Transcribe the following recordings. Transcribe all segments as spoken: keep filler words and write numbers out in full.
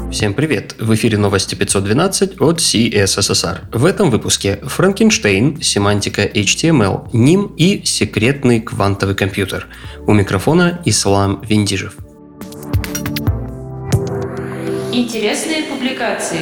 Всем привет! В эфире новости пятьсот двенадцать от си эс эс эс ар. В этом выпуске Франкенштейн, семантика эйч ти эм эл, ним и секретный квантовый компьютер. У микрофона Ислам Виндижев. Интересные публикации.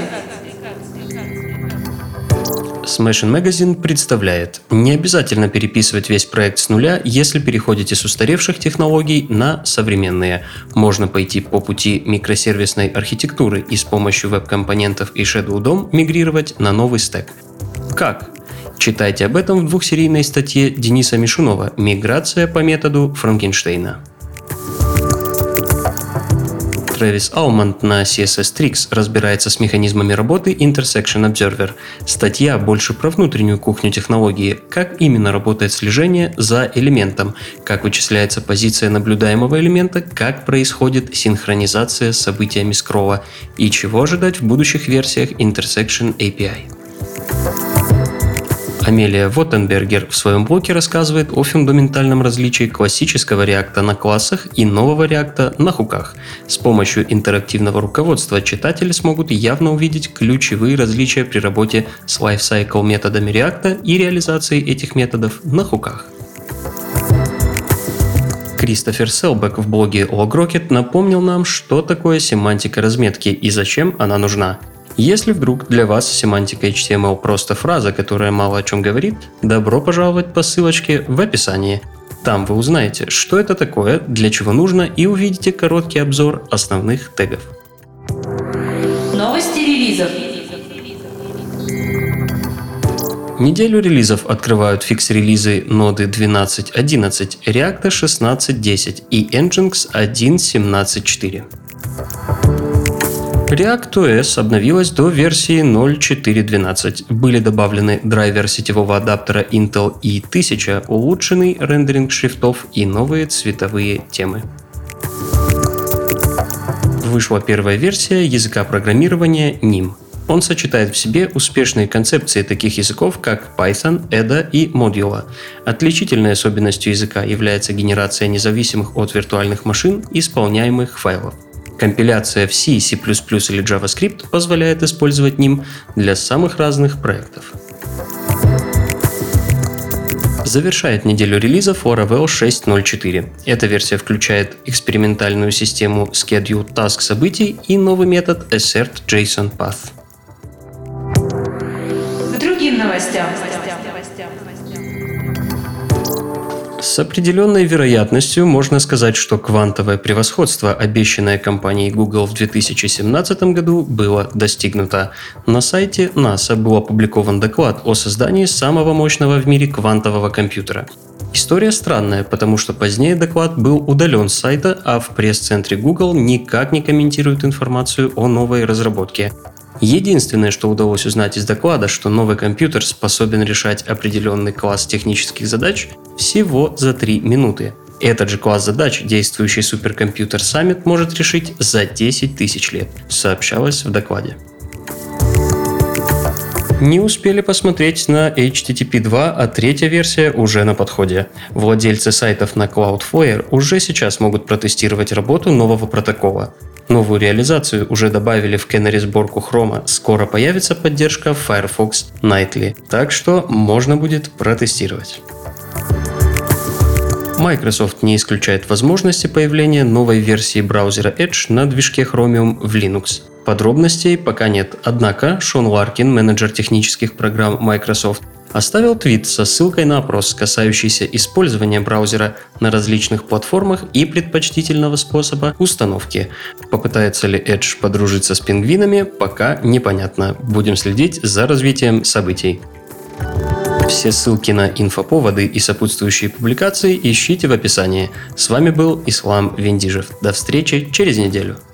Smashing Magazine представляет: не обязательно переписывать весь проект с нуля, если переходите с устаревших технологий на современные. Можно пойти по пути микросервисной архитектуры и с помощью веб-компонентов и Shadow ди о эм мигрировать на новый стэк. Как? Читайте об этом в двухсерийной статье Дениса Мишунова «Миграция по методу Франкенштейна». Трэвис Алмонд на си эс эс Tricks разбирается с механизмами работы Intersection Observer. Статья больше про внутреннюю кухню технологии, как именно работает слежение за элементом, как вычисляется позиция наблюдаемого элемента, как происходит синхронизация с событиями скролла и чего ожидать в будущих версиях Intersection эй пи ай. Амелия Воттенбергер в своем блоге рассказывает о фундаментальном различии классического реакта на классах и нового реакта на хуках. С помощью интерактивного руководства читатели смогут явно увидеть ключевые различия при работе с lifecycle методами реакта и реализацией этих методов на хуках. Кристофер Селбек в блоге LogRocket напомнил нам, что такое семантика разметки и зачем она нужна. Если вдруг для вас семантика эйч ти эм эл просто фраза, которая мало о чем говорит, добро пожаловать по ссылочке в описании. Там вы узнаете, что это такое, для чего нужно, и увидите короткий обзор основных тегов. Новости релизов. Неделю релизов открывают фикс-релизы ноды двенадцать одиннадцать, React шестнадцать десять и Nginx один семнадцать четыре. React.js обновилась до версии ноль точка четыре точка двенадцать. Были добавлены драйвер сетевого адаптера Intel и тысяча, улучшенный рендеринг шрифтов и новые цветовые темы. Вышла первая версия языка программирования ним. Он сочетает в себе успешные концепции таких языков, как Python, Ada и Modula. Отличительной особенностью языка является генерация независимых от виртуальных машин исполняемых файлов. Компиляция в C, C++ или JavaScript позволяет использовать ним для самых разных проектов. Завершает неделю релизов Laravel шесть ноль четыре. Эта версия включает экспериментальную систему Schedule Task событий и новый метод AssertJSONPath. К другим новостям. С определенной вероятностью можно сказать, что квантовое превосходство, обещанное компанией Google в две тысячи семнадцатом году, было достигнуто. На сайте НАСА был опубликован доклад о создании самого мощного в мире квантового компьютера. История странная, потому что позднее доклад был удален с сайта, а в пресс-центре Google никак не комментируют информацию о новой разработке. Единственное, что удалось узнать из доклада, что новый компьютер способен решать определенный класс технических задач всего за три минуты. Этот же класс задач действующий суперкомпьютер Summit может решить за десять тысяч лет, сообщалось в докладе. Не успели посмотреть на эйч ти ти пи два, а третья версия уже на подходе. Владельцы сайтов на Cloudflare уже сейчас могут протестировать работу нового протокола. Новую реализацию уже добавили в Canary сборку Chrome. Скоро появится поддержка Firefox Nightly, так что можно будет протестировать. Microsoft не исключает возможности появления новой версии браузера Edge на движке Chromium в Linux. Подробностей пока нет, однако Шон Ларкин, менеджер технических программ Microsoft, оставил твит со ссылкой на опрос, касающийся использования браузера на различных платформах и предпочтительного способа установки. Попытается ли Edge подружиться с пингвинами, пока непонятно. Будем следить за развитием событий. Все ссылки на инфоповоды и сопутствующие публикации ищите в описании. С вами был Ислам Виндижев. До встречи через неделю.